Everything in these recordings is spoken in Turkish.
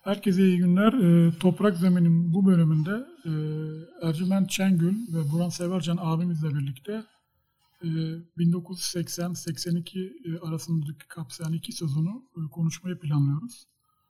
Herkese iyi günler. Toprak Zemin'in bu bölümünde Ercüment Şengül ve Buran Severcan abimizle birlikte 1980-82 arasındaki kapsayan iki sezonu konuşmayı planlıyoruz.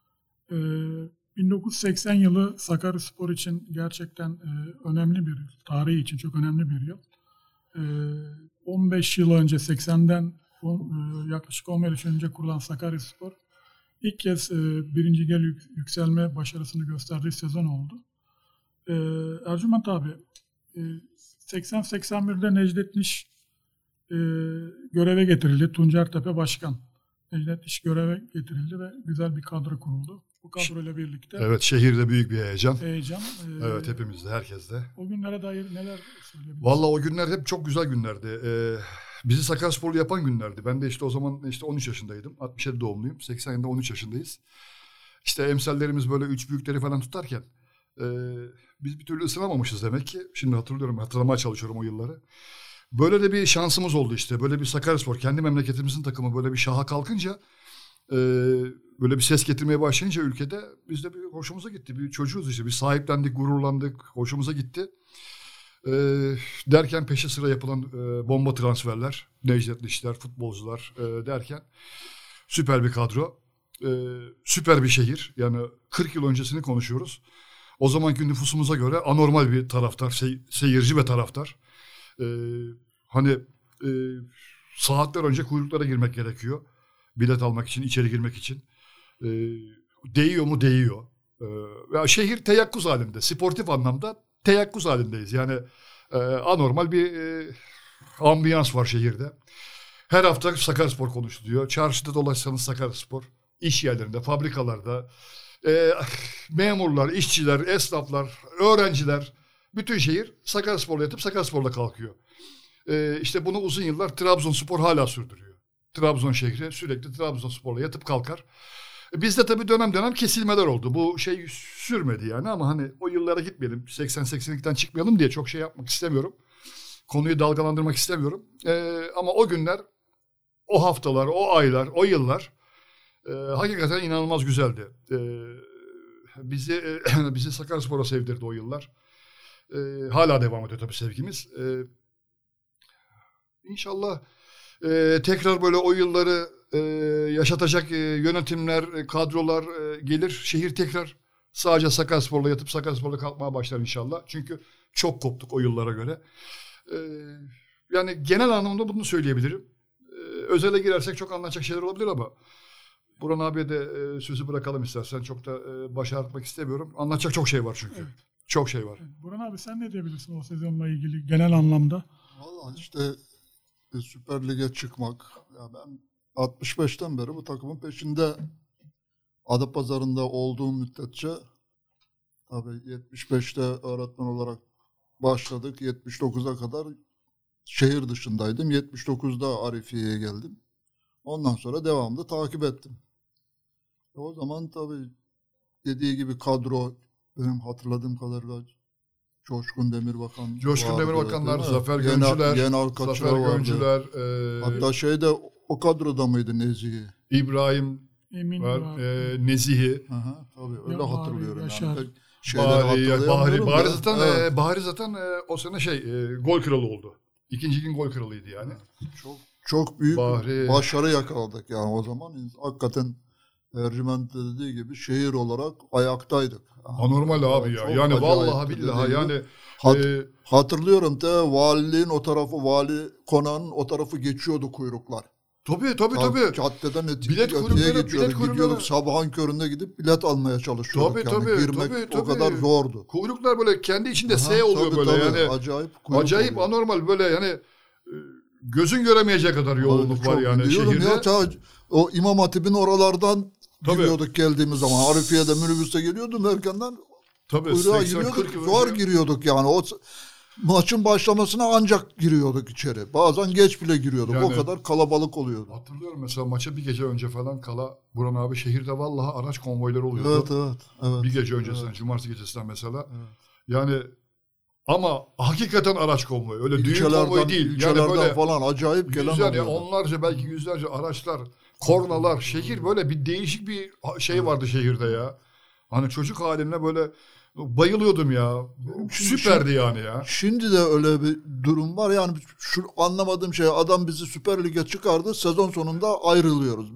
1980 yılı Sakaryaspor için gerçekten önemli bir yıl. Tarihi için çok önemli bir yıl. 15 yıl önce 80'den yaklaşık 15 yıl önce kurulan Sakaryaspor İlk kez birinci gel yükselme başarısını gösterdiği sezon oldu. Ercüment abi, 80-81'de Necdet Niş göreve getirildi. Tuncertepe Başkan. Necdet Niş göreve getirildi ve güzel bir kadro kuruldu. Bu kadroyla birlikte... Evet, şehirde büyük bir heyecan. Evet, hepimizde, herkeste. O günlere dair neler söyleyebiliriz? Vallahi o günler hep çok güzel günlerdi. Bizi Sakaryasporlu yapan günlerdi. Ben de o zaman 13 yaşındaydım. 67 doğumluyum. 80'de 13 yaşındayız. İşte emsallerimiz böyle üç büyükleri falan tutarken biz bir türlü ısınamamışız demek ki. Şimdi hatırlamaya çalışıyorum o yılları. Böyle de bir şansımız oldu işte. Böyle bir Sakaryaspor, kendi memleketimizin takımı böyle bir şaha kalkınca, böyle bir ses getirmeye başlayınca ülkede biz de bir hoşumuza gitti. Bir çocuğuz işte. Bir sahiplendik, gururlandık, hoşumuza gitti. Derken peşi sıra yapılan bomba transferler, Necdet Nişler, futbolcular derken süper bir kadro, süper bir şehir. Yani 40 yıl öncesini konuşuyoruz. O zamanki nüfusumuza göre anormal bir taraftar, seyirci ve taraftar. Saatler önce kuyruklara girmek gerekiyor. Bilet almak için, içeri girmek için. Değiyor mu? Değiyor. Ya şehir teyakkuz halinde, sportif anlamda teyakkuz halindeyiz. Yani anormal bir ambiyans var şehirde. Her hafta Sakaryaspor konuşuluyor. Çarşıda dolaşsanız Sakaryaspor. İş yerlerinde, fabrikalarda, memurlar, işçiler, esnaflar, öğrenciler, bütün şehir Sakaryaspor'la yatıp Sakaryaspor'la kalkıyor. İşte bunu uzun yıllar Trabzonspor hala sürdürüyor. Trabzon şehri sürekli Trabzonspor'la yatıp kalkar. Bizde tabii dönem dönem kesilmeler oldu. Bu şey sürmedi yani ama hani o yıllara gitmeyelim. 80-82'den çıkmayalım diye çok şey yapmak istemiyorum. Konuyu dalgalandırmak istemiyorum. Ama o günler, o haftalar, o aylar, o yıllar hakikaten inanılmaz güzeldi. Bizi Sakaryaspor'a sevdirdi o yıllar. Hala devam ediyor tabii sevgimiz. İnşallah tekrar böyle o yılları yaşatacak yönetimler, kadrolar gelir. Şehir tekrar sadece Sakaryaspor'la yatıp Sakaryaspor'la kalkmaya başlar inşallah. Çünkü çok koptuk o yıllara göre. Yani genel anlamda bunu söyleyebilirim. Özele girersek çok anlatacak şeyler olabilir ama Burhan abiye de sözü bırakalım istersen. Çok da baş ağrıtmak istemiyorum. Anlatacak çok şey var çünkü. Evet. Çok şey var. Evet. Burhan abi sen ne diyebilirsin o sezonla ilgili genel anlamda? Vallahi işte Süper Lig'e çıkmak. Ya ben 65'ten beri bu takımın peşinde Adapazarı'nda olduğum müddetçe tabii 75'te öğretmen olarak başladık. 79'a kadar şehir dışındaydım. 79'da Arifiye'ye geldim. Ondan sonra devamlı takip ettim. O zaman tabii dediği gibi kadro benim hatırladığım kadarıyla Coşkun Demirbakan Demirbakanlar, Zafer Göncüler, hatta o kadroda mıydı Nezihi? İbrahim Emin var, Nezihi. Tabii öyle ya, hatırlıyorum. Bahri zaten o sene gol kralı oldu. İkinci gün gol kralıydı yani. Çok büyük başarı yakaladık yani o zaman. Hakikaten Ercüment dediği gibi şehir olarak ayaktaydık. Anormal abi ya. Yani vallahi billahi yani. Hatırlıyorum da valiliğin o tarafı, vali konağının o tarafı geçiyordu kuyruklar. Tabii. Caddeden öteye geçiyorduk. Gidiyorduk sabahın köründe gidip bilet almaya çalışıyorduk. Girmek o kadar zordu. Kuyruklar böyle kendi içinde S oluyor böyle yani. Acayip anormal böyle yani gözün göremeyecek kadar yoğunluk var yani şehirde. O İmam Hatip'in oralardan giriyorduk geldiğimiz zaman. Arifiye'de minibüste geliyordum erkenden. Kuyruğa giriyorduk. Zor giriyorduk yani. O maçın başlamasına ancak giriyorduk içeri. Bazen geç bile giriyorduk. Yani, o kadar kalabalık oluyordu. Hatırlıyorum mesela maça bir gece önce falan kala Burhan abi şehirde vallahi araç konvoyları oluyordu. Evet. Bir gece öncesinden, cumartesi gecesinden mesela. Evet. Yani ama hakikaten araç konvoyu. Öyle düğün konvoyu değil. Yani böyle falan acayip gelen oluyordu. Onlarca belki yüzlerce araçlar, kornalar, şehir böyle bir değişik bir şey vardı şehirde ya. Hani çocuk halimle böyle bayılıyordum ya. Süperdi yani ya. Şimdi de öyle bir durum var. Yani şu anlamadığım şey, adam bizi Süper Lig'e çıkardı. Sezon sonunda ayrılıyoruz.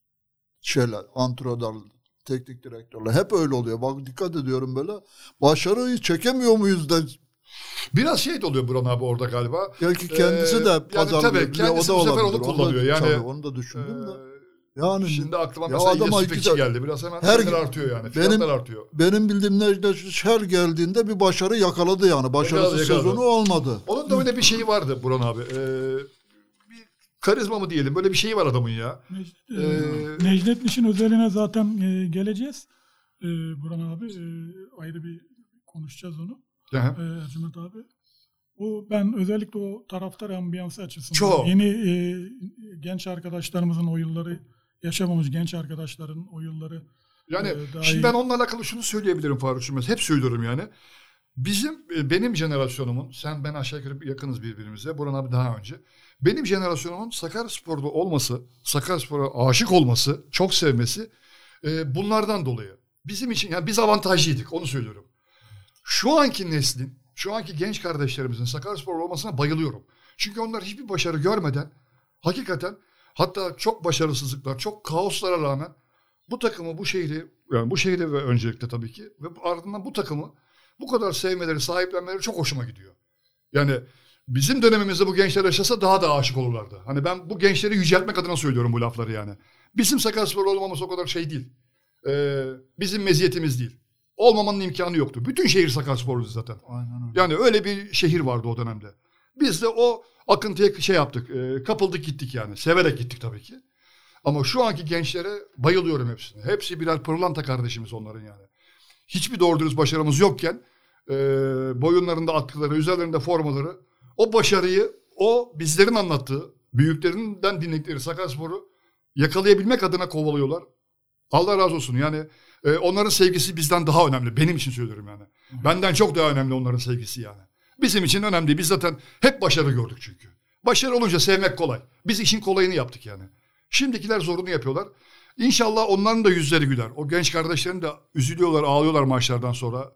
Antrenör, teknik direktörler. Hep öyle oluyor. Bak dikkat ediyorum böyle. Başarıyı çekemiyor muyuz da. Biraz şey de oluyor Burhan abi orada galiba. Belki kendisi de pazarlıyor. Yani tabii kendisi o da bu sefer olabilir. onu kullanıyor. Yani tabii, onu da düşündüm de. Yani şimdi aklıma mesela İlyas Tüfekçi geldi. Biraz hemen fiyatlar artıyor yani. Fiyatlar artıyor. Benim bildiğim Necdet her geldiğinde bir başarı yakaladı yani. Başarısız sezonu olmadı. Onun da öyle bir şeyi vardı Burhan abi. Bir karizma mı diyelim? Böyle bir şeyi var adamın ya. Necdet İş'in özeline zaten geleceğiz. Burhan abi ayrı bir konuşacağız onu. Ercüment abi. Ben özellikle o taraftar ambiyansı açısından çok. Yeni genç arkadaşlarımızın o yılları yaşamamış genç arkadaşların o yılları yani şimdi ben onunla alakalı şunu söyleyebilirim Faruk'cum. Hep söylüyorum yani. Benim jenerasyonumun, sen ben aşağı yukarı yakınız birbirimize. Burhan abi daha önce. Benim jenerasyonumun Sakaryaspor'da olması, Sakaryaspor'a aşık olması, çok sevmesi bunlardan dolayı. Bizim için yani biz avantajlıydık, onu söylüyorum. Şu anki neslin, şu anki genç kardeşlerimizin Sakaryaspor olmasına bayılıyorum. Çünkü onlar hiçbir başarı görmeden hakikaten, hatta çok başarısızlıklar, çok kaoslara rağmen bu takımı, bu şehri ve öncelikle tabii ki ve ardından bu takımı bu kadar sevmeleri, sahiplenmeleri çok hoşuma gidiyor. Yani bizim dönemimizde bu gençler yaşasa daha da aşık olurlardı. Hani ben bu gençleri yüceltmek adına söylüyorum bu lafları yani. Bizim Sakaryaspor olmamız o kadar şey değil. Bizim meziyetimiz değil. Olmamanın imkanı yoktu. Bütün şehir Sakaryaspor'du zaten. Aynen öyle. Yani öyle bir şehir vardı o dönemde. Biz de o akıntıya şey yaptık. Kapıldık gittik yani. Severek gittik tabii ki. Ama şu anki gençlere bayılıyorum hepsine. Hepsi birer pırlanta kardeşimiz onların yani. Hiçbir doğru dürüst başarımız yokken boyunlarında atkıları, üzerlerinde formaları, o başarıyı, o bizlerin anlattığı, büyüklerinden dinledikleri Sakaryaspor'u yakalayabilmek adına kovalıyorlar. Allah razı olsun yani. Onların sevgisi bizden daha önemli. Benim için söylüyorum yani. Benden çok daha önemli onların sevgisi yani. Bizim için önemli değil. Biz zaten hep başarı gördük çünkü. Başarı olunca sevmek kolay. Biz işin kolayını yaptık yani. Şimdikiler zorunu yapıyorlar. İnşallah onların da yüzleri güler. O genç kardeşlerin de üzülüyorlar, ağlıyorlar maçlardan sonra.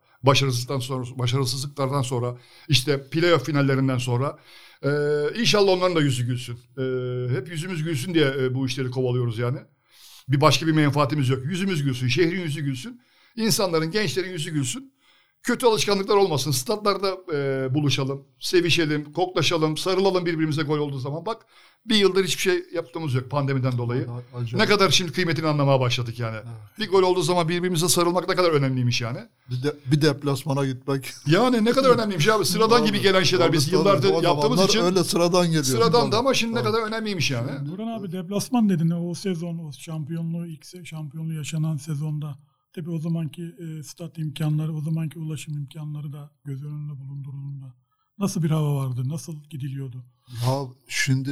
Başarısızlıklardan sonra. İşte playoff finallerinden sonra. İnşallah onların da yüzü gülsün. Hep yüzümüz gülsün diye bu işleri kovalıyoruz yani. Başka bir menfaatimiz yok. Yüzümüz gülsün, şehrin yüzü gülsün. İnsanların, gençlerin yüzü gülsün. Kötü alışkanlıklar olmasın. Statlarda buluşalım, sevişelim, koklaşalım, sarılalım birbirimize gol olduğu zaman. Bak bir yıldır hiçbir şey yaptığımız yok pandemiden dolayı. Acayip. Ne kadar şimdi kıymetini anlamaya başladık yani. Evet. Bir gol olduğu zaman birbirimize sarılmak ne kadar önemliymiş yani. Bir deplasmana gitmek. Yani ne kadar önemliymiş abi. Sıradan gibi gelen şeyler biz yıllardır yaptığımız için. Öyle sıradan geliyor. Sıradan da ama şimdi ne kadar önemliymiş yani. Burhan abi deplasman dedin o sezon, o ilk şampiyonluğu yaşanan sezonda. Tabii o zamanki stat imkanları, o zamanki ulaşım imkanları da göz önünde bulundurulduğunda. Nasıl bir hava vardı? Nasıl gidiliyordu? Ya şimdi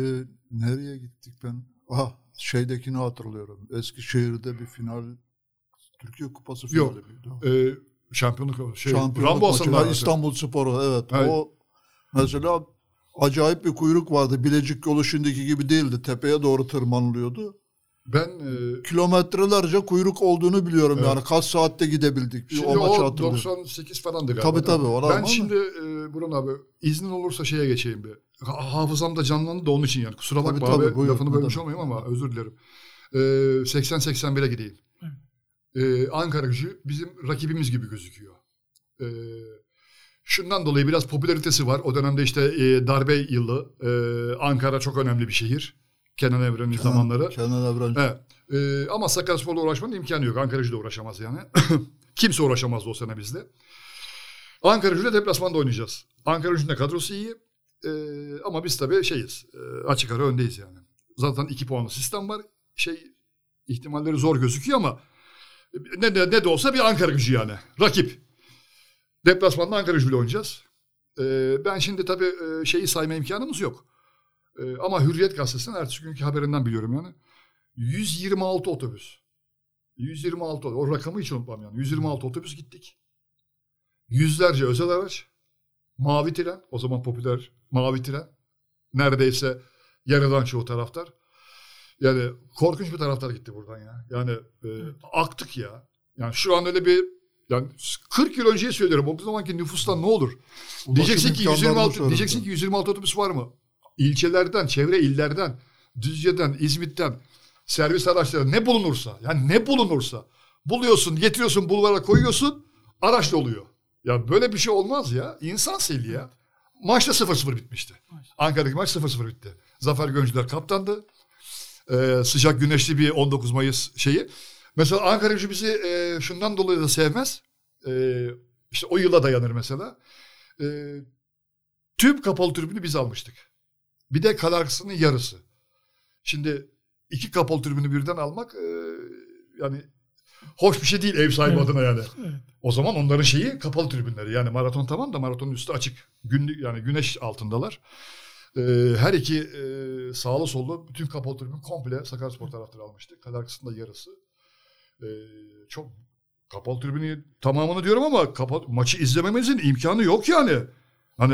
nereye gittik ben? Şeydekini hatırlıyorum. Eskişehir'de bir final, Türkiye Kupası finali miydi? Şampiyonluk maçı. İstanbulspor'u evet. O mesela acayip bir kuyruk vardı. Bilecik yolu şimdiki gibi değildi. Tepeye doğru tırmanılıyordu. Ben kilometrelerce kuyruk olduğunu biliyorum evet. Yani kaç saatte gidebildik. Şimdi o 98 falandı galiba. Tabii. Ben şimdi Burhan abi iznin olursa şeye geçeyim bir. Hafızamda canlandı da onun için yani. Kusura bakma abi buyur, lafını bölmüş olmayayım ama özür dilerim. 80-81'e gideyim. Ankara Gücü bizim rakibimiz gibi gözüküyor. Şundan dolayı biraz popülaritesi var. O dönemde işte darbe yılı. Ankara çok önemli bir şehir. Kenan Evren'in zamanları. Kenan Evren. Evet. Ama Sakaryaspor'la uğraşmanın imkanı yok. Ankara Gücü'yle uğraşamaz yani. Kimse uğraşamazdı o sene bizde. Ankara Gücü'yle deplasmanda oynayacağız. Ankara Gücü'nün de kadrosu iyi. Ama biz tabii açık ara öndeyiz yani. Zaten 2 puanlı sistem var. İhtimalleri zor gözüküyor ama ne de olsa bir Ankara Gücü yani. Rakip. Deplasmanda Ankara Gücü'yle oynayacağız. Ben şimdi tabii sayma imkanımız yok. Ama Hürriyet Gazetesi'nin ertesi günkü haberinden biliyorum yani. 126 otobüs. 126 o rakamı hiç unutmam yani. 126 otobüs gittik. Yüzlerce özel araç. Mavi tren. O zaman popüler mavi tren. Neredeyse yarıdan çoğu taraftar. Yani korkunç bir taraftar gitti buradan ya. Yani aktık ya. Yani şu an öyle bir yani 40 yıl önceyi söylüyorum. O zamanki nüfustan ne olur? Diyeceksin ki 126 otobüs var mı? İlçelerden, çevre illerden, Düzce'den, İzmit'ten servis araçları ne bulunursa, yani ne bulunursa buluyorsun, getiriyorsun, bulvara koyuyorsun, araç doluyor. Ya böyle bir şey olmaz ya. İnsan seli ya. Maçta 0-0 bitmişti. Ankara'daki maç 0-0 bitti. Zafer Göncüler kaptandı. Sıcak güneşli bir 19 Mayıs şeyi. Mesela Ankara Gücü bizi şundan dolayı da sevmez. İşte o yıla dayanır mesela. Tüm kapalı tribünü biz almıştık. Bir de kale arkasının yarısı. Şimdi 2 kapalı tribünü birden almak yani hoş bir şey değil ev sahibi adına yani. Evet. O zaman onların şeyi kapalı tribünleri. Yani maraton tamam da maratonun üstü açık. Yani güneş altındalar. Her iki sağlı sollu bütün kapalı tribün komple Sakaryaspor taraftarı almıştı. Kale arkasında yarısı. Çok kapalı tribünü tamamını diyorum ama maçı izlememizin imkanı yok yani. Hani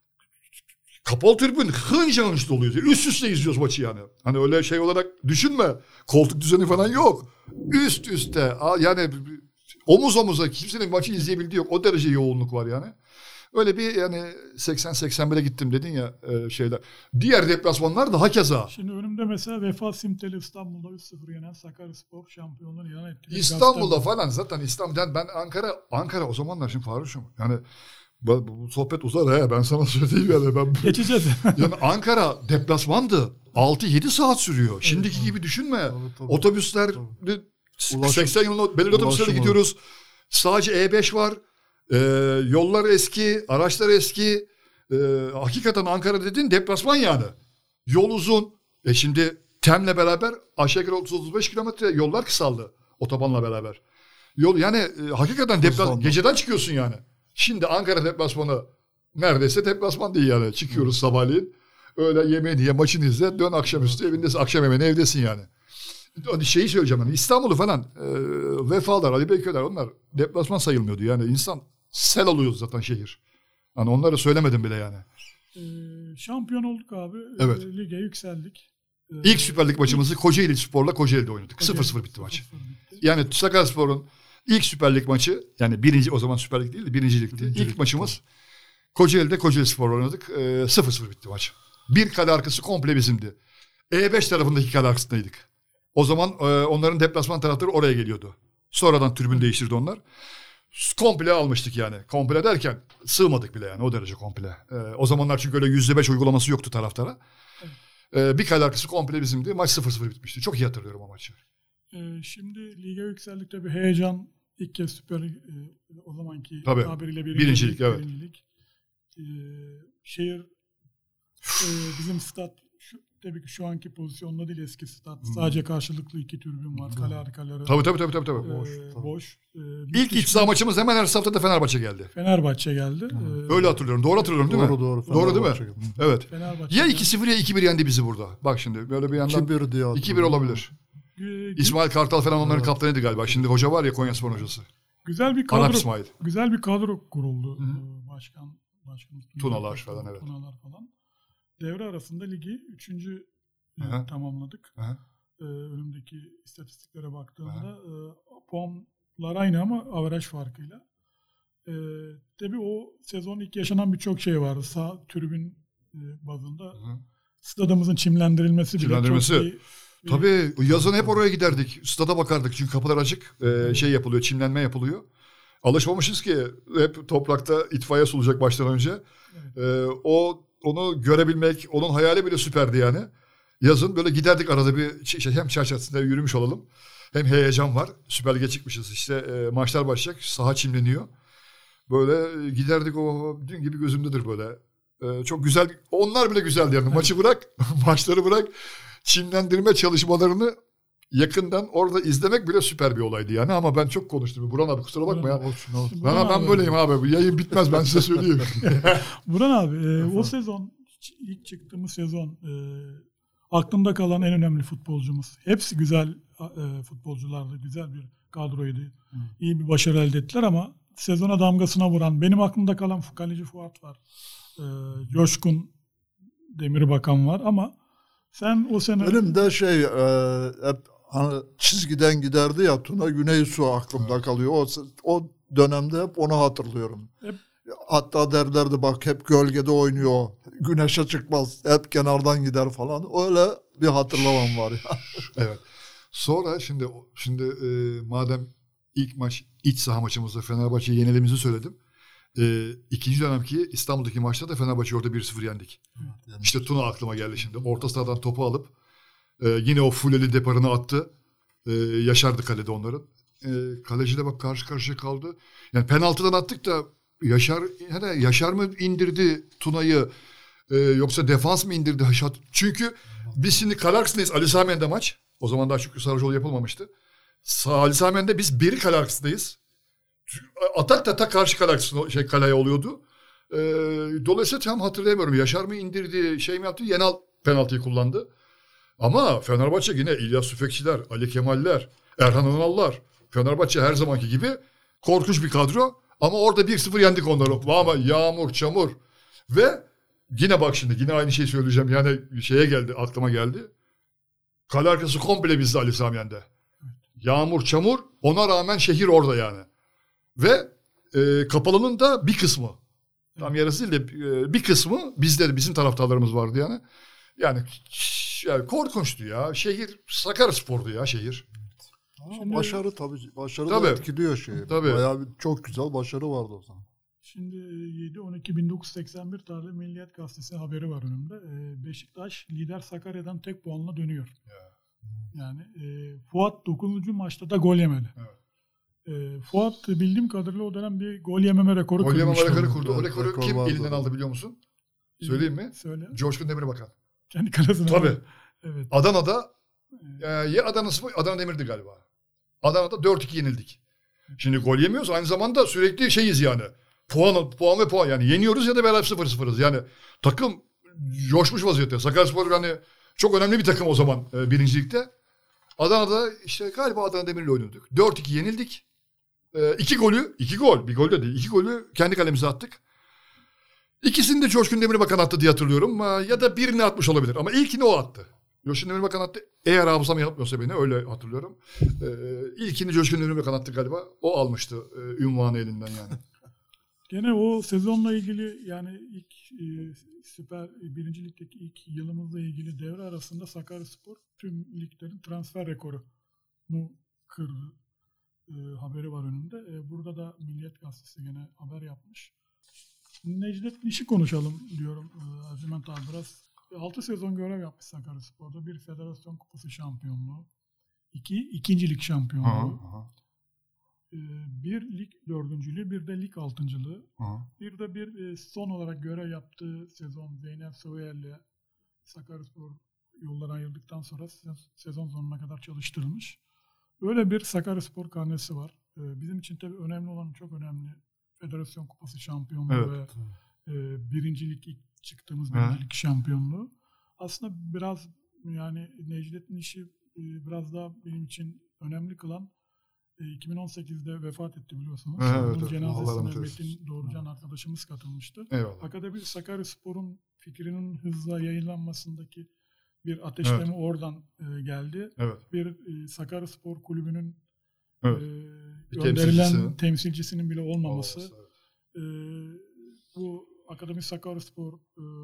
kapalı tribün hınca hınç doluyor. Üst üste izliyoruz maçı yani. Hani öyle şey olarak düşünme. Koltuk düzeni falan yok. Üst üste yani omuz omuza kimsenin maçı izleyebildiği yok. O derece yoğunluk var yani. Öyle bir yani 80-81'e gittim dedin ya şeyler. Diğer deplasmanlar da hakeza. Şimdi önümde mesela Vefa Simtel İstanbul'da 3-0 yenen Sakaryaspor şampiyonluğunu ilan etti. İstanbul'da falan zaten İstanbul'dan ben Ankara o zamanlar şimdi Faruk'cum yani bu sohbet uzar ha ben sana söyleyeyim yani. Geçeceğiz. Yani Ankara deplasmandı. 6-7 saat sürüyor. Şimdiki gibi düşünme. Tabii. Otobüsler 80 yılında belirli otobüslere gidiyoruz. Sadece E5 var. Yollar eski, araçlar eski. Hakikaten Ankara dediğin deplasman yani. Yol uzun. Şimdi TEM'le beraber aşağı yukarı 30-35 kilometre yollar kısaldı. Otobanla beraber. Yol yani hakikaten geceden çıkıyorsun yani. Şimdi Ankara deplasmanı neredeyse deplasman değil yani. Çıkıyoruz sabahleyin. Öyle yemeğini ye, maçını izle. Dön akşamüstü evindesin. Akşam yemeğini evdesin yani. Şeyi söyleyeceğim yani İstanbul'u falan Vefalar, Ali Beyköy'ler onlar deplasman sayılmıyordu. Yani insan sel oluyor zaten şehir. Hani onları söylemedim bile yani. Şampiyon olduk abi. Evet. Lige yükseldik. İlk Süper Lig maçımızı Kocaeli Spor'la Kocaeli'de oynadık. 0-0 bitti maç. Yani Sakaryaspor'un ilk Süper Lig maçı yani birinci o zaman Süper Lig değildi birinci ligdi. İlk maçımız Kocaeli'de Kocaeli Spor'la oynadık. 0-0 bitti maç. Bir kale arkası komple bizimdi. E5 tarafındaki kale arkasındaydık. O zaman onların deplasman taraftarı oraya geliyordu. Sonradan tribün değiştirdi onlar. Komple almıştık yani. Komple derken sığmadık bile yani o derece komple. O zamanlar çünkü öyle %5 uygulaması yoktu taraftara. Bir kale arkası komple bizimdi. Maç 0-0 bitmişti. Çok iyi hatırlıyorum o maçı. Şimdi lige yükseldikte bir heyecan. İlk kez Süper Lig o zamanki tabiriyle birincilik. Evet. Birincilik. Şehir bizim stat tabii ki şu anki pozisyonda değil eski stat. Sadece karşılıklı 2 tribün var. Kale arkaları. Tabii. Boş. İlk iç saha maçımız hemen her haftada Fenerbahçe geldi. Fenerbahçe geldi. Öyle hatırlıyorum. Doğru hatırlıyorum değil mi? Doğru değil mi? Evet. Fenerbahçe ya 2-0 ya 2-1 yendi bizi burada. Bak şimdi böyle bir yandan 2-1 olabilir. İsmail Kartal falan onların kaptanıydı galiba. Şimdi hoca var ya Konyaspor hocası. Güzel bir kadro kuruldu. Başkan Tunalar falan evet. Tunalar falan. Devre arasında ligi 3. tamamladık. Önümdeki istatistiklere baktığımda puanlar aynı ama averaj farkıyla. Tabii o sezon ilk yaşanan birçok şey vardı. Sağ tribün bazında. Stadımızın çimlendirilmesi bile çok iyi. Tabii yazın hep oraya giderdik. Stada bakardık çünkü kapılar açık. Şey yapılıyor, çimlenme yapılıyor. Alışmamışız ki hep toprakta itfaiye solacak baştan önce. Evet. Onu görebilmek, onun hayali bile süperdi yani. Yazın böyle giderdik arada bir hem çarşısında yürümüş olalım. Hem heyecan var. Süper Lig'e çıkmışız işte maçlar başlayacak. Saha çimleniyor. Böyle giderdik o dün gibi gözümdedir böyle. Çok güzel. Onlar bile güzeldi yani. Maçı bırak, maçları bırak. Çimlendirme çalışmalarını yakından orada izlemek bile süper bir olaydı yani. Ama ben çok konuştum. Burhan abi kusura bakma ya. Ben böyleyim abi. Bu yayın bitmez ben size söyleyeyim. Burhan abi o sezon ilk çıktığımız sezon aklımda kalan en önemli futbolcumuz. Hepsi güzel futbolculardı. Güzel bir kadroydu. İyi bir başarı elde ettiler ama sezona damgasına vuran benim aklımda kalan kaleci Fuat var. Coşkun Demirbakan var ama sen o sene... Benim de hep hani çizgiden giderdi ya, Tuna Güneysu aklımda kalıyor. O dönemde hep onu hatırlıyorum. Hatta derlerdi bak hep gölgede oynuyor. Güneşe çıkmaz. Hep kenardan gider falan. Öyle bir hatırlamam var ya. Evet. Sonra şimdi madem ilk maç iç saha maçımızda Fenerbahçe'yi yenildiğimizi söyledim. İkinci dönemki İstanbul'daki maçta da Fenerbahçe'yi orada 1-0 yendik. Evet, İşte Tuna aklıma geldi şimdi. Orta sahadan topu alıp yine o fuleli deparını attı. Yaşar'dı kalede onların. Kaleciyle bak karşı karşıya kaldı. Yani penaltıdan attık da Yaşar mı indirdi Tuna'yı yoksa defans mı indirdi? Çünkü biz şimdi kale Ali Samiyen'de maç. O zaman daha Şükrü Saracoğlu yapılmamıştı. Ali Samiyen'de biz bir kale arkasındayız. Atak da ta karşı kale kaleye oluyordu. Dolayısıyla tam hatırlayamıyorum. Yaşar mı indirdi, şey mi yaptı? Yenal penaltıyı kullandı. Ama Fenerbahçe yine İlyas Süfekçiler, Ali Kemaller, Erhan Önallar. Fenerbahçe her zamanki gibi korkunç bir kadro. Ama orada 1-0 yendik onları. Ama yağmur, çamur. Ve yine bak şimdi yine aynı şeyi söyleyeceğim. Yani aklıma geldi. Kale arkası komple bizde Ali Samiyen'de. Yağmur, çamur. Ona rağmen şehir orada yani. Ve kapalının da bir kısmı. Tam yarısı değil de bir kısmı bizde, bizim taraftarlarımız vardı yani. Yani korkunçtu ya. Şehir Sakaryaspor'du ya şehir. Şimdi, başarı tabii. da etkiliyor şehir. Tabii. Bayağı çok güzel başarı vardı o zaman. Şimdi 7-12-1981 tarihli Milliyet Gazetesi haberi var önümde. Beşiktaş lider Sakarya'dan tek puanla dönüyor. Yani Fuat 9. maçta da gol yemedi. Evet. Fuat bildiğim kadarıyla o dönem bir gol yememe rekoru kurmuştu. Gol yememe rekoru kurdu. O Evet, rekoru kim vardı. elinden aldı biliyor musun? Söyleyeyim mi? Söyle. Coşkun Demirbakan. Kendi kalesine. Tabii. Evet. Adana'da ya Adana Demir'di galiba. Adana'da 4-2 yenildik. Şimdi gol yemiyoruz. Aynı zamanda sürekli şeyiz yani. Puan ve puan. Yani yeniyoruz ya da beraber 0-0'ız. Yani takım coşmuş vaziyette. Sakaryaspor yani çok önemli bir takım o zaman birincilikte. Adana'da işte galiba Adana Demir'le oynuyorduk. 4-2 yenildik. 2 gol. Bir gol de değil. 2 golü kendi kalemize attık. İkisini de Coşkun Demirbakan attı diye hatırlıyorum. Ya da birini atmış olabilir. Ama ilkini o attı. Coşkun Demirbakan attı. Eğer hafızam yanıltmıyorsa beni öyle hatırlıyorum. İlkini Coşkun Demirbakan attı galiba. O almıştı ünvanı elinden yani. Gene o sezonla ilgili yani ilk Süper 1. Lig'deki ilk yılımızla ilgili devre arasında Sakaryaspor tüm liglerin transfer rekorunu kırdı. Haberi var önümde. Burada da Milliyet Gazetesi gene haber yapmış. Necdet Niş'i konuşalım diyorum Ercüment abi biraz. 6 sezon görev yapmış Sakaryaspor'da. Bir Federasyon Kupası şampiyonluğu. 2. lig şampiyonluğu. Bir lig dördüncülüğü, bir de lig altıncılığı. Bir de bir son olarak görev yaptığı sezon Zeynep Soyer'le Sakaryaspor yolları ayrıldıktan sonra sezon sonuna kadar çalıştırılmış. Böyle bir Sakaryaspor karnesi var. Bizim için tabii önemli olan çok önemli Federasyon Kupası şampiyonluğu evet. Ve birincilik ilk çıktığımız birincilik şampiyonluğu. Aslında biraz yani Necdet Niş'i biraz daha benim için önemli kılan 2018'de vefat etti biliyorsunuz. Onun cenazesine Metin Doğrucan arkadaşımız katılmıştı. Eyvallah. Akademi Sakaryaspor'un fikrinin hızla yayınlanmasındaki bir ateşleme oradan geldi. Evet. Bir Sakaryaspor kulübünün bir gönderilen temsilcisinin bile olmaması. Evet. Bu Akademi Sakaryaspor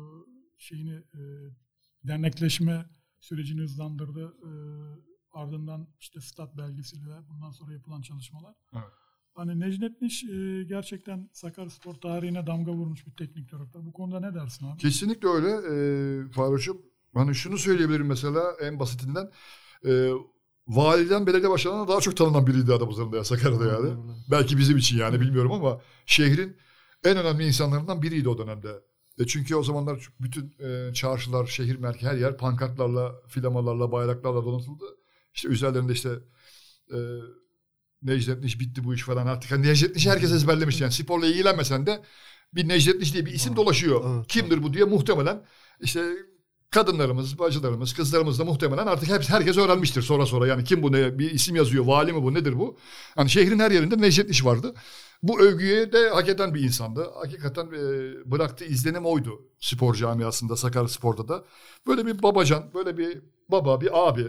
dernekleşme sürecini hızlandırdı. Ardından işte stat belgesiyle bundan sonra yapılan çalışmalar. Evet. Hani Necdet Niş gerçekten Sakaryaspor tarihine damga vurmuş bir teknik direktör. Bu konuda ne dersin abi? Kesinlikle öyle Faruk'cum. Hani şunu söyleyebilirim mesela en basitinden. Validen belediye başkanına daha çok tanınan biriydi adamızın Sakarya'da yani. Belki bizim için yani bilmiyorum ama şehrin en önemli insanlarından biriydi o dönemde. Çünkü o zamanlar bütün çarşılar, şehir merkezi her yer pankartlarla, flamalarla, bayraklarla donatıldı. İşte üzerlerinde işte Necdet Niş bitti bu iş falan artık. Hani Necdet Niş'i herkes ezberlemiş yani. Sporla ilgilenmesen de bir Necdet Niş diye bir isim dolaşıyor. Evet. Kimdir bu diye muhtemelen işte kadınlarımız, bacılarımız, kızlarımız da muhtemelen artık herkes öğrenmiştir sonra. Yani kim bu, ne bir isim yazıyor, vali mi bu, nedir bu? Hani şehrin her yerinde Necdet Niş vardı. Bu övgüye de hak eden bir insandı. Hakikaten bıraktığı izlenim oydu spor camiasında, Sakaryaspor'da da. Böyle bir babacan, böyle bir baba, bir abi.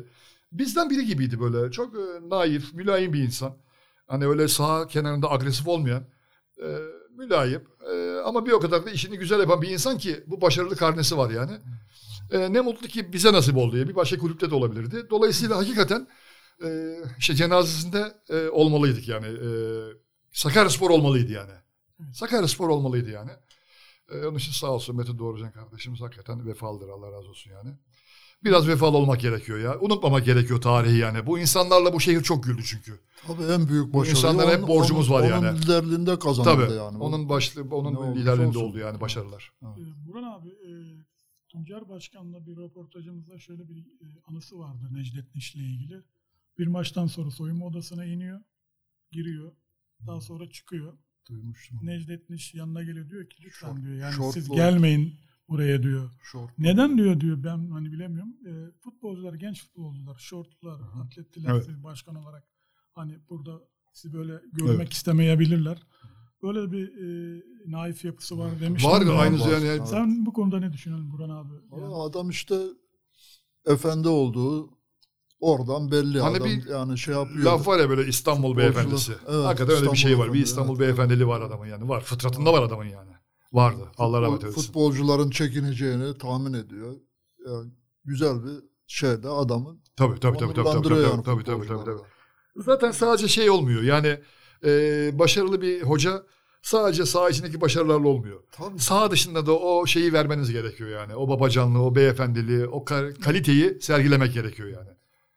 bizden biri gibiydi böyle. Çok naif, mülayim bir insan. Hani öyle saha kenarında agresif olmayan, mülayim ama bir o kadar da işini güzel yapan bir insan ki bu başarılı karnesi var yani. Ne mutlu ki bize nasip oldu ya. Bir başka kulüpte de olabilirdi. Dolayısıyla hakikaten işte cenazesinde olmalıydık yani. Sakaryaspor olmalıydı yani. Sakaryaspor olmalıydı yani. Onun için sağ olsun Mete Doğrucan kardeşimiz hakikaten vefalıdır, Allah razı olsun yani. Biraz vefalı olmak gerekiyor ya. Unutmamak gerekiyor tarihi yani. Bu insanlarla bu şehir çok güldü çünkü. Tabii en büyük Bu başarı. insanlara hep borcumuz var yani. Onun liderliğinde kazanıldı Tabii, yani. onun liderliğinde oldu yani başarılar. Burhan abi, Tuncer Başkan'la bir röportajımızda şöyle bir anısı vardı Necdet Niş'le ilgili. Bir maçtan sonra soyunma odasına iniyor, giriyor. Daha sonra çıkıyor. Duymuştum. Necdet Niş yanına geliyor, diyor ki lütfen diyor. Yani Short siz boy. gelmeyin buraya diyor. Short Neden diyor ben hani bilemiyorum. Futbolcular, genç futbolcular, şortlular, atlettiler, Evet. siz başkan olarak hani burada sizi böyle görmek istemeyebilirler. Böyle bir naif yapısı var demiştim. Var Ben. aynısı yani. Evet. Sen bu konuda ne düşünüyorsun Burhan abi? Yani, Adam işte efendi olduğu oradan belli. Hani Adam bir yani şey yapıyor. Laf var ya böyle İstanbul Futbolcular- beyefendisi. Evet, Hakikaten öyle bir şey var. Bir İstanbul İstanbul beyefendiliği var adamın yani. Var. Fıtratında var adamın yani. Vardı. Allah rahmet eylesin. Futbolcuların çekineceğini tahmin ediyor. Yani güzel bir şeyde adamın Tabii. onurlandırıyor yani Tabii. futbolcuları. Zaten sadece şey olmuyor. Yani başarılı bir hoca sadece saha içindeki başarılarla olmuyor. Tabii. Saha dışında da o şeyi vermeniz gerekiyor yani. O babacanlığı, o beyefendiliği, o kaliteyi sergilemek gerekiyor yani.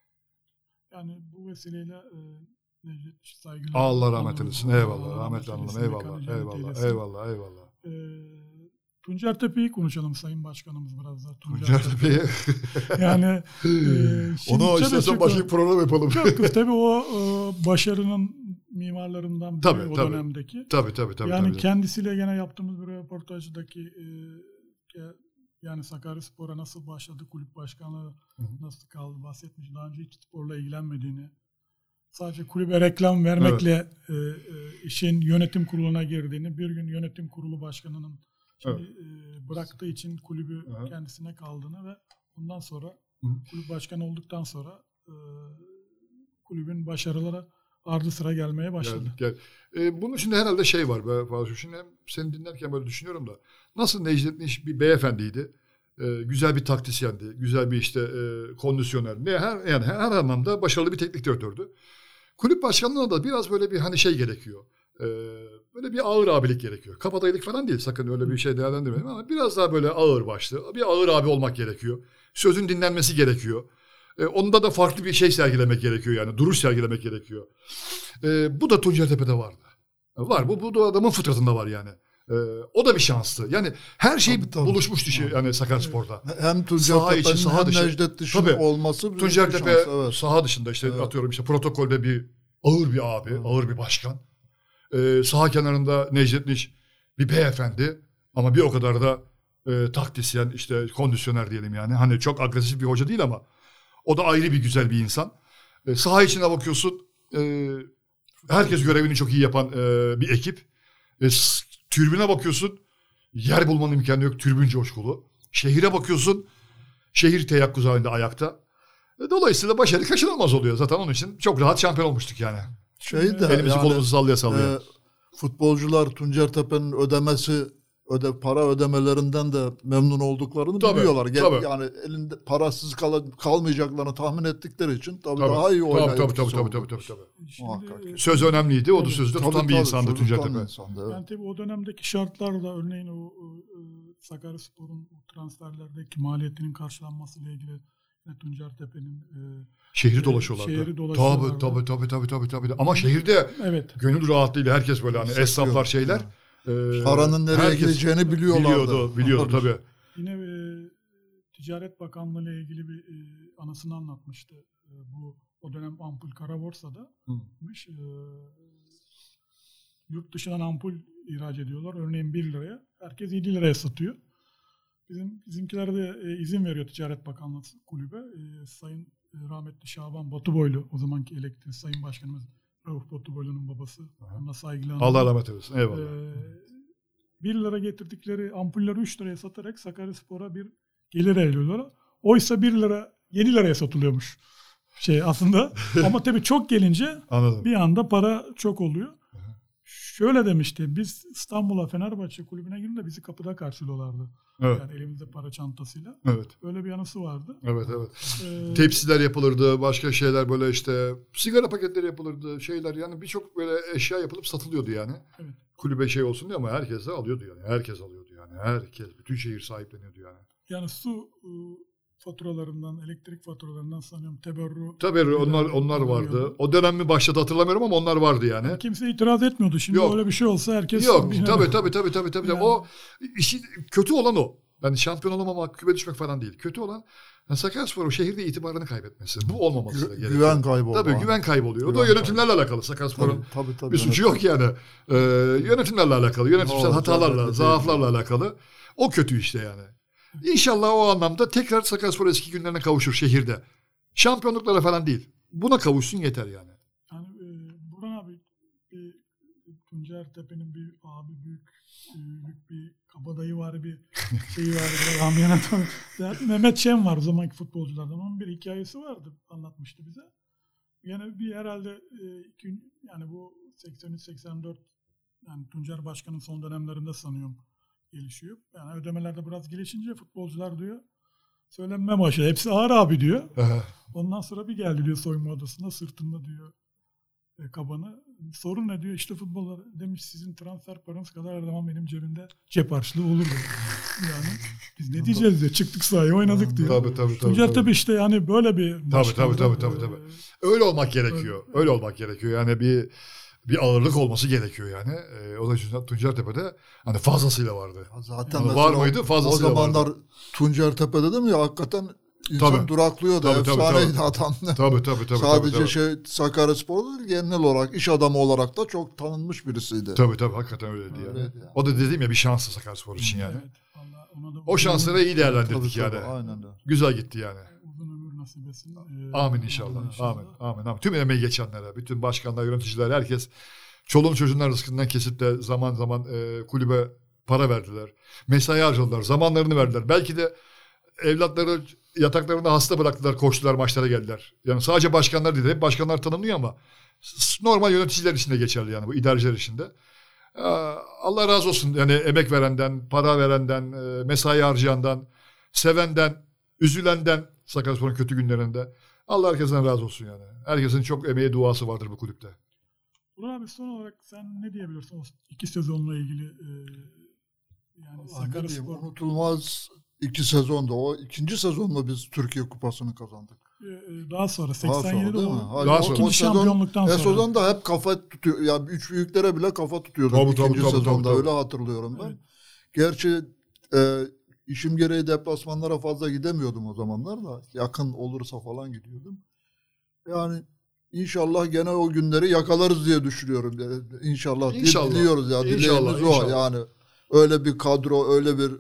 yani bu vesileyle Necdet Niş saygılar. Allah rahmet eylesin. Eyvallah. Allah Rahmetli rahmet anladım. eylesin. Eyvallah. Eyvallah. Tuncer Tepe'yi konuşalım Sayın Başkanımız biraz da. Tuncer Tepe'yi. Yani şimdi Onu çok istersen açık- başka bir program yapalım. Çok kız tabii o başarının mimarlarından biri Tabii, o tabii. dönemdeki. Tabii. Yani kendisiyle gene yaptığımız bir röportajdaki yani Sakaryaspor'a nasıl başladı, kulüp başkanlığı nasıl kaldı bahsetmiş. Daha önce hiç sporla ilgilenmediğini, sadece kulübe reklam vermekle işin yönetim kuruluna girdiğini, bir gün yönetim kurulu başkanının bıraktığı için kulübü kendisine kaldığını ve ondan sonra kulüp başkanı olduktan sonra kulübün başarılara ardı sıra gelmeye başladı. Gel. Bunun şimdi herhalde şey var be Fazıl. Şimdi seni dinlerken böyle düşünüyorum da nasıl Necdet Niş bir beyefendiydi. Güzel bir taktisyendi. Güzel bir işte kondisyoner. Her anlamda başarılı bir teknik direktördü. Kulüp başkanlığına da biraz böyle bir hani şey gerekiyor. Böyle bir ağır abilik gerekiyor. Kabadayılık falan değil. Sakın öyle bir şey değerlendirmeyin ama biraz daha böyle ağır başlı. Bir ağır abi olmak gerekiyor. Sözün dinlenmesi gerekiyor. Onda da farklı bir şey sergilemek gerekiyor yani. Duruş sergilemek gerekiyor. Bu da Tuncertepe'de vardı. Var. Bu da adamın fıtratında var yani. O da bir şanstı. Yani her şey Tabii. buluşmuştu yani Sakaryaspor'da. Hem Saha içi, Tuncertepe'nin saha hem dışı. Necdet Diş'in Tabii. olması büyük bir Tuncertepe şans, evet. saha dışında işte Evet. atıyorum işte protokolde bir ağır bir abi, ağır bir başkan. Saha kenarında Necdet Niş bir beyefendi ama bir o kadar da taktisyen işte kondisyoner diyelim yani. Hani çok agresif bir hoca değil ama o da ayrı bir güzel bir insan. Saha içine bakıyorsun herkes görevini çok iyi yapan bir ekip. Tribüne bakıyorsun yer bulmanın imkanı yok, tribün coşkulu. Şehire bakıyorsun şehir teyakkuz halinde ayakta. Dolayısıyla başarı kaçınılmaz oluyor. Zaten onun için çok rahat şampiyon olmuştuk yani. Elimizi kolumuzu sallaya sallaya. Futbolcular Tuncertepe'nin para ödemelerinden de memnun olduklarını Tabii, biliyorlar. tabii. Yani elinde parasız kalmayacaklarını tahmin ettikleri için tabii Tabii. daha iyi oynayan Tabii. Muhakkak. Söz önemliydi. O da sözü de tutan bir insandı Tuncertepe. Evet. Yani tabii o dönemdeki şartlarda örneğin o Sakaryaspor'un transferlerdeki maliyetinin karşılanmasıyla ilgili Tuncertepe'nin şehri dolaşıyorlardı. Şehri dolaşıyorlardı. Tabii. Ama şehirde gönül rahatlığıyla herkes böyle hani esnaflar şeyler. Paranın nereye gideceğini biliyorlardı. Biliyordu tabii. Yine Ticaret Bakanlığı ile ilgili bir anısını anlatmıştı. O dönem ampul kara borsada. Yurt dışından ampul ihraç ediyorlar. Örneğin 1 liraya. Herkes 7 liraya satıyor. Bizimkiler de izin veriyor Ticaret Bakanlığı kulübe. Sayın rahmetli Şaban Batuboylu, o zamanki elektrik sayın başkanımız Rauf Batuboylu'nun babası. Ona saygılar. Allah rahmet eylesin. Eyvallah. 1 lira getirdikleri ampulleri 3 liraya satarak Sakaryaspor'a bir gelir elde ediyorlar. Oysa 1 lira 7 liraya satılıyormuş. aslında. Ama tabii çok gelince Anladım. bir anda para çok oluyor. Şöyle demişti. Biz İstanbul'a Fenerbahçe kulübüne girince bizi kapıda karşılıyorlardı. Evet. Yani elimizde para çantasıyla. Evet. Öyle bir anısı vardı. Evet. Tepsiler yapılırdı, başka şeyler böyle işte sigara paketleri yapılırdı, şeyler yani birçok böyle eşya yapılıp satılıyordu yani. Evet. Kulübe şey olsun diye ama herkes de alıyordu yani. Herkes alıyordu yani. Herkes, bütün şehir sahipleniyordu yani. Yani su faturalarından, elektrik faturalarından sanıyorum teberru. Tabii onlar vardı. O dönem mi başladı hatırlamıyorum ama onlar vardı yani. Yani kimse itiraz etmiyordu. Şimdi Yok. öyle bir şey olsa herkes... Yok tabii. Yani. O işi kötü olan o. Yani şampiyon olamamak, küme düşmek falan değil. Kötü olan Sakaryaspor'un şehirde itibarını kaybetmesi. Bu olmaması gerekiyor. Güven kaybı. Tabii güven kayboluyor. O da yönetimlerle alakalı Sakaryaspor'un. Tabii, Bir suçu yok yani. Yönetimlerle alakalı. Yönetimsel hatalarla, zaaflarla alakalı. O kötü işte yani. İnşallah o anlamda tekrar Sakaryaspor eski günlerine kavuşur şehirde. Şampiyonluklara falan değil. Buna kavuşsun yeter yani. Yani Burhan abi Tuncer Tepe'nin bir abi büyük bir kabadayı var, bir şeyi var. Mehmet Şen var o zamanki futbolculardan. Onun bir hikayesi vardı. Anlatmıştı bize. Yani bir herhalde yani bu 83-84 yani Tuncer Başkan'ın son dönemlerinde sanıyorum gelişiyor. Yani ödemelerde biraz gelişince futbolcular diyor söylenmeye başladı. Hepsi ağır abi diyor. Ondan sonra bir geldi diyor soyunma odasında sırtında diyor kabanı. Sorun ne diyor? İşte futbollar demiş sizin transfer paranız kadar her zaman benim cebimde cep harçlığı olur diyor. Yani biz ne diyeceğiz diyor. Çıktık sahaya oynadık diyor. Tabii. Tuncer tabii işte yani böyle bir Tabii. Öyle olmak gerekiyor. Öyle olmak gerekiyor. Yani bir ağırlık olması gerekiyor yani. O da Tuncertepe'de hani fazlasıyla vardı. Zaten yani var mıydı? Fazlasıyla vardı. O zamanlar Tuncertepe dedim ya hakikaten insan duraklıyordu. Efsaneydi adam. Tabii. Sadece Sakaryaspor'da değil genel olarak iş adamı olarak da çok tanınmış birisiydi. Tabii hakikaten öyleydi yani. O da dediğim ya bir şansı Sakaryaspor için yani. Evet, o şansları iyi değerlendirdik tabii, yani. Aynen öyle. Güzel gitti yani. Uzun ömür nasip etsin. Amin inşallah. Amin. Tüm emeği geçenlere, bütün başkanlar, yöneticiler, herkes çoluğun çocuğunun rızkından kesip de zaman zaman kulübe para verdiler. Mesai harcadılar, zamanlarını verdiler. Belki de evlatları yataklarında hasta bıraktılar, koştular, maçlara geldiler. Yani sadece başkanlar değil, hep başkanlar tanınıyor ama normal yöneticiler için de geçerli yani bu idareciler için de. Allah razı olsun yani emek verenden, para verenden, mesai harcayandan, sevenden, üzülenden Sakaryaspor'un kötü günlerinde. Allah herkesten razı olsun yani. Herkesin çok emeği duası vardır bu kulüpte. Burhan abi son olarak sen ne diyebilirsin o 2 sezonla ilgili yani Sakaryaspor unutulmaz 2 sezonda o 2. sezonda biz Türkiye Kupası'nı kazandık. Daha sonra 87'de daha sonra. İkinci şampiyonluktan sonra. Sezon da hep kafa tutuyor. Yani 3 büyüklere bile kafa tutuyorduk ikinci sezonda öyle hatırlıyorum ben. Evet. Gerçi işim gereği deplasmanlara fazla gidemiyordum o zamanlar da. Yakın olursa falan gidiyordum. Yani İnşallah gene o günleri yakalarız diye düşünüyorum. İnşallah. Diliyoruz ya. Dileğimiz o. Yani öyle bir kadro, öyle bir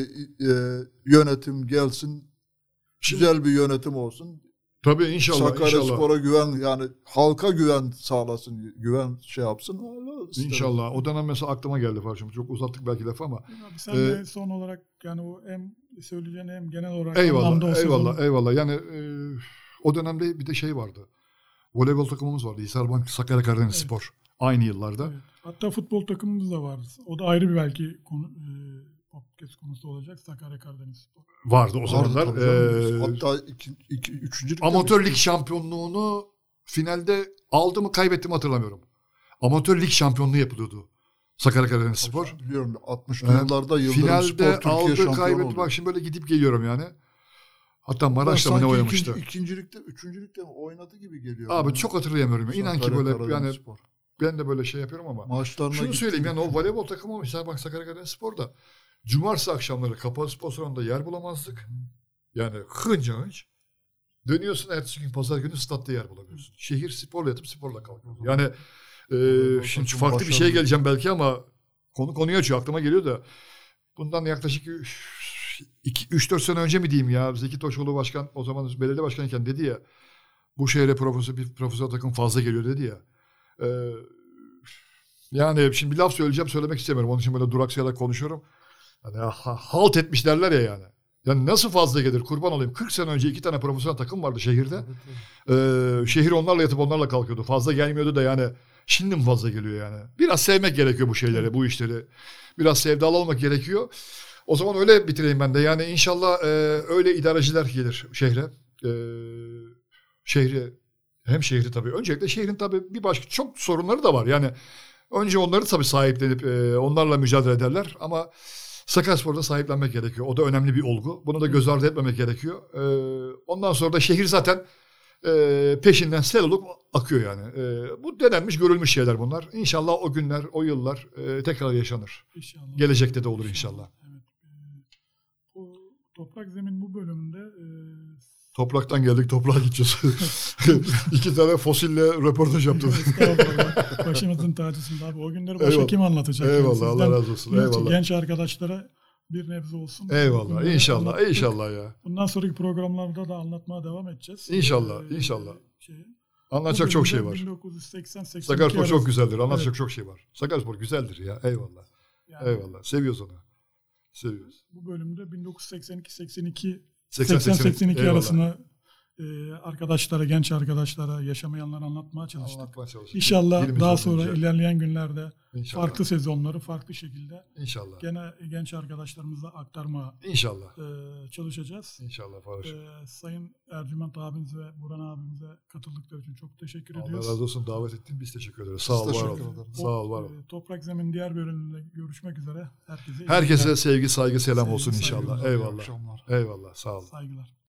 yönetim gelsin. Güzel bir yönetim olsun. Tabii inşallah. Sakaryaspor'a güven yani halka güven sağlasın. Güven yapsın. İnşallah. O dönem mesela aklıma geldi Farşım. Çok uzattık belki lafı ama. Abi sen de son olarak yani o hem söyleyeceğin hem genel olarak Eyvallah. Yani o dönemde bir de şey vardı. Voleybol takımımız vardı. Hisarbank Sakarya Karadenizspor. Aynı yıllarda. Evet. Hatta futbol takımımız da vardı. O da ayrı bir belki podcast konusu olacak. Sakarya Karadenizspor. Vardı o zamanlar. Hatta 3. Amatör lig şampiyonluğunu finalde aldı mı kaybetti mi hatırlamıyorum. Amatör lig şampiyonluğu yapılıyordu. Sakarya Karadenizspor. Biliyorum 60'lı yıllarda Yıldırım finalde Spor Türkiye şampiyonu kaybetti. oldu. Bak şimdi böyle gidip geliyorum yani. Hatta Maraş'ta mı ne oynamıştı? İkincilikte, üçüncülükte oynadı gibi geliyor. Abi yani. Çok hatırlayamıyorum. İnan ki böyle yani Spor. Ben de böyle şey yapıyorum ama. Maçlarına şunu söyleyeyim yani o voleybol takımı Hisarbank Sakarya Karadenizspor'da cumartesi akşamları kapalı spor salonunda yer bulamazdık. Yani hınca hınç. Dönüyorsun ertesi gün pazar günü statta yer bulamıyorsun. Şehir sporla yatıp sporla kalkıyorsun. Yani şimdi farklı bir şey geleceğim belki ama konuyu açıyor. Aklıma geliyor da bundan yaklaşık 3-4 sene önce mi diyeyim ya Zeki Toşoğlu başkan o zaman belediye başkanıyken dedi ya bu şehre bir profesyonel takım fazla geliyor dedi ya. Yani şimdi bir laf söylemek istemiyorum. Onun için böyle duraksayarak konuşuyorum. Hani halt etmiş derler ya yani. Yani nasıl fazla gelir kurban olayım. 40 sene önce 2 tane profesyonel takım vardı şehirde. Şehir onlarla yatıp onlarla kalkıyordu. Fazla gelmiyordu da yani şimdi mi fazla geliyor yani. Biraz sevmek gerekiyor bu şeyleri, bu işleri. Biraz sevdalı olmak gerekiyor. O zaman öyle bitireyim ben de. Yani inşallah öyle idareciler gelir şehre. Hem şehri tabii. Öncelikle şehrin tabii bir başka çok sorunları da var. Yani önce onları tabii sahiplenip onlarla mücadele ederler. Ama Sakaryaspor'da sahiplenmek gerekiyor. O da önemli bir olgu. Bunu da göz ardı etmemek gerekiyor. Ondan sonra da şehir zaten peşinden sel olup akıyor yani. Bu denenmiş, görülmüş şeyler bunlar. İnşallah o günler, o yıllar tekrar yaşanır. İnşallah. Gelecekte de olur inşallah. Evet. Bu Toprak Zemin bu bölümünde Topraktan geldik, toprağa gideceğiz. 2 tane fosille röportaj yaptım. estağfurullah, başımızın tacısında abi. O günleri başa Eyvallah. kim anlatacak? Eyvallah, Sizden Allah razı olsun. Eyvallah. genç arkadaşlara bir nebze olsun. Eyvallah, Bunları inşallah, anlattık. inşallah ya. Bundan sonraki programlarda da anlatmaya devam edeceğiz. İnşallah, inşallah. Şeyi. Anlatacak çok şey var. 1980-82 Sakaryaspor çok güzeldir. Anlatacak Evet. çok şey var. Sakaryaspor güzeldir ya. Eyvallah. Yani Eyvallah. Seviyoruz onu. Seviyoruz. bu bölümde 1982-82 80-82 80-82 eyvallah. arasını arkadaşlara, genç arkadaşlara, yaşamayanlara anlatmaya çalıştık. Anlatmaya çalıştık. İnşallah Dilimiz daha olduğunca. sonra ilerleyen günlerde İnşallah. farklı sezonları farklı şekilde İnşallah. gene genç arkadaşlarımıza aktarmaya İnşallah. çalışacağız. İnşallah Faruk. Sayın Ercüment abimiz ve Burhan abimize katıldıkları için çok teşekkür Allah ediyoruz. razı olsun, davet ettin. Biz teşekkür ederiz. Sağ ol, var teşekkür ol. ederiz. Sağ ol, var ol. Toprak Zemin diğer bölümünde görüşmek üzere. Herkese iyi Herkese günler, sevgi, saygı, selam Sevgi, olsun saygı, inşallah. İyi Eyvallah. akşamlar. Eyvallah. Sağ ol. saygılar.